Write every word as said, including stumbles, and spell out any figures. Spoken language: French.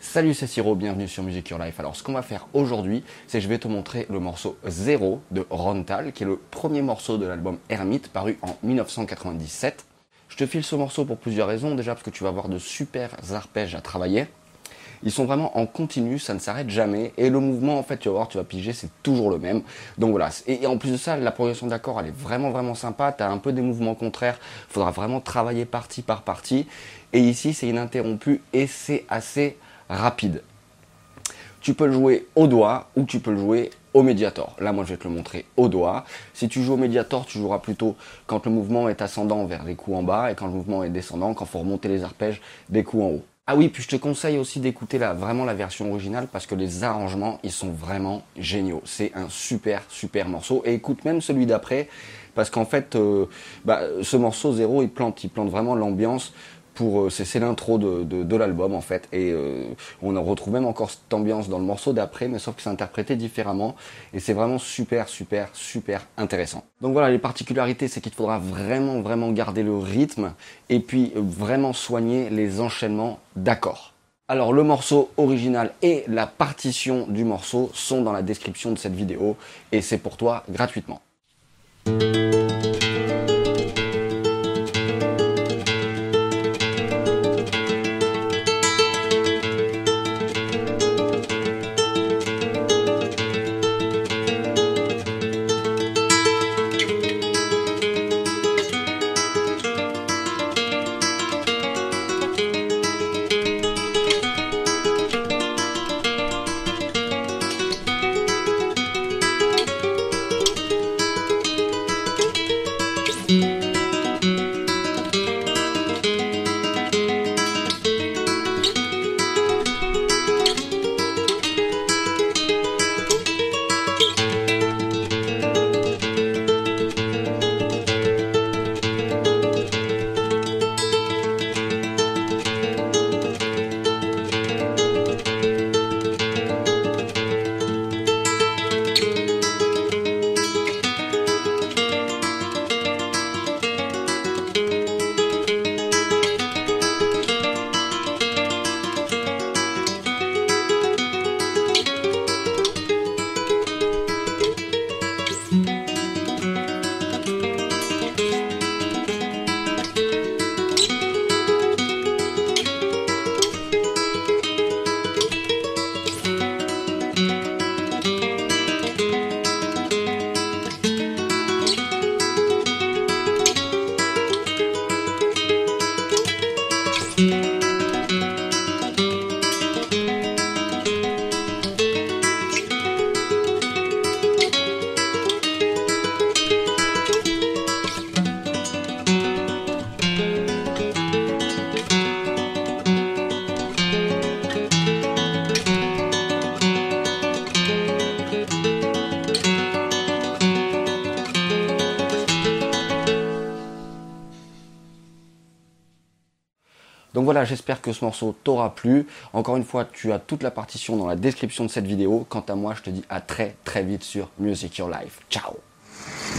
Salut, c'est Siro, bienvenue sur Music Your Life. Alors ce qu'on va faire aujourd'hui, c'est que je vais te montrer le morceau Zero de Ron Tal, qui est le premier morceau de l'album Hermite, paru en mille neuf cent quatre-vingt-dix-sept. Je te file ce morceau pour plusieurs raisons, déjà parce que tu vas avoir de super arpèges à travailler. Ils sont vraiment en continu, ça ne s'arrête jamais, et le mouvement, en fait, tu vas voir, tu vas piger, c'est toujours le même. Donc voilà, et en plus de ça, la progression d'accords, elle est vraiment vraiment sympa, tu as un peu des mouvements contraires, il faudra vraiment travailler partie par partie, et ici c'est ininterrompu, et c'est assez rapide. Tu peux le jouer au doigt, ou tu peux le jouer au Mediator. Là, moi, je vais te le montrer au doigt. Si tu joues au Mediator, tu joueras plutôt quand le mouvement est ascendant vers les coups en bas, et quand le mouvement est descendant, quand il faut remonter les arpèges des coups en haut. Ah oui, puis je te conseille aussi d'écouter la, vraiment la version originale parce que les arrangements, ils sont vraiment géniaux. C'est un super, super morceau. Et écoute même celui d'après parce qu'en fait, euh, bah, ce morceau Zero, il plante, il plante vraiment l'ambiance. Pour, euh, c'est l'intro de, de, de l'album en fait. Et euh, on en retrouve même encore cette ambiance dans le morceau d'après, mais sauf que c'est interprété différemment. Et c'est vraiment super, super, super intéressant. Donc voilà, les particularités, c'est qu'il te faudra vraiment, vraiment garder le rythme et puis euh, vraiment soigner les enchaînements d'accords. Alors le morceau original et la partition du morceau sont dans la description de cette vidéo et c'est pour toi gratuitement. Donc voilà, j'espère que ce morceau t'aura plu. Encore une fois, tu as toute la partition dans la description de cette vidéo. Quant à moi, je te dis à très très vite sur Music Your Life. Ciao!